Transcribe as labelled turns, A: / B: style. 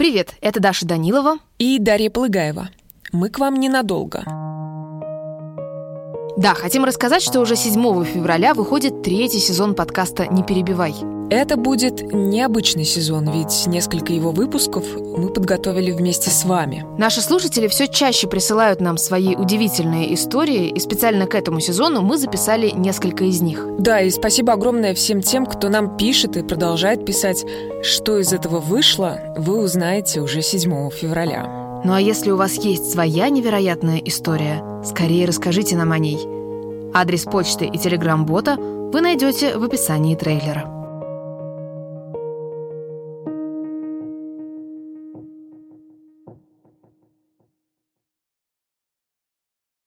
A: Привет, это Даша Данилова
B: и Дарья Полыгаева. Мы к вам ненадолго.
A: Да, хотим рассказать, что уже 7 февраля выходит 3-й сезон подкаста «Не перебивай».
B: Это будет необычный сезон, ведь несколько его выпусков мы подготовили вместе с вами.
A: Наши слушатели все чаще присылают нам свои удивительные истории, и специально к этому сезону мы записали несколько из них.
B: Да, и спасибо огромное всем тем, кто нам пишет и продолжает писать. Что из этого вышло, вы узнаете уже 7 февраля.
A: Ну а если у вас есть своя невероятная история, скорее расскажите нам о ней. Адрес почты и телеграм-бота вы найдете в описании трейлера.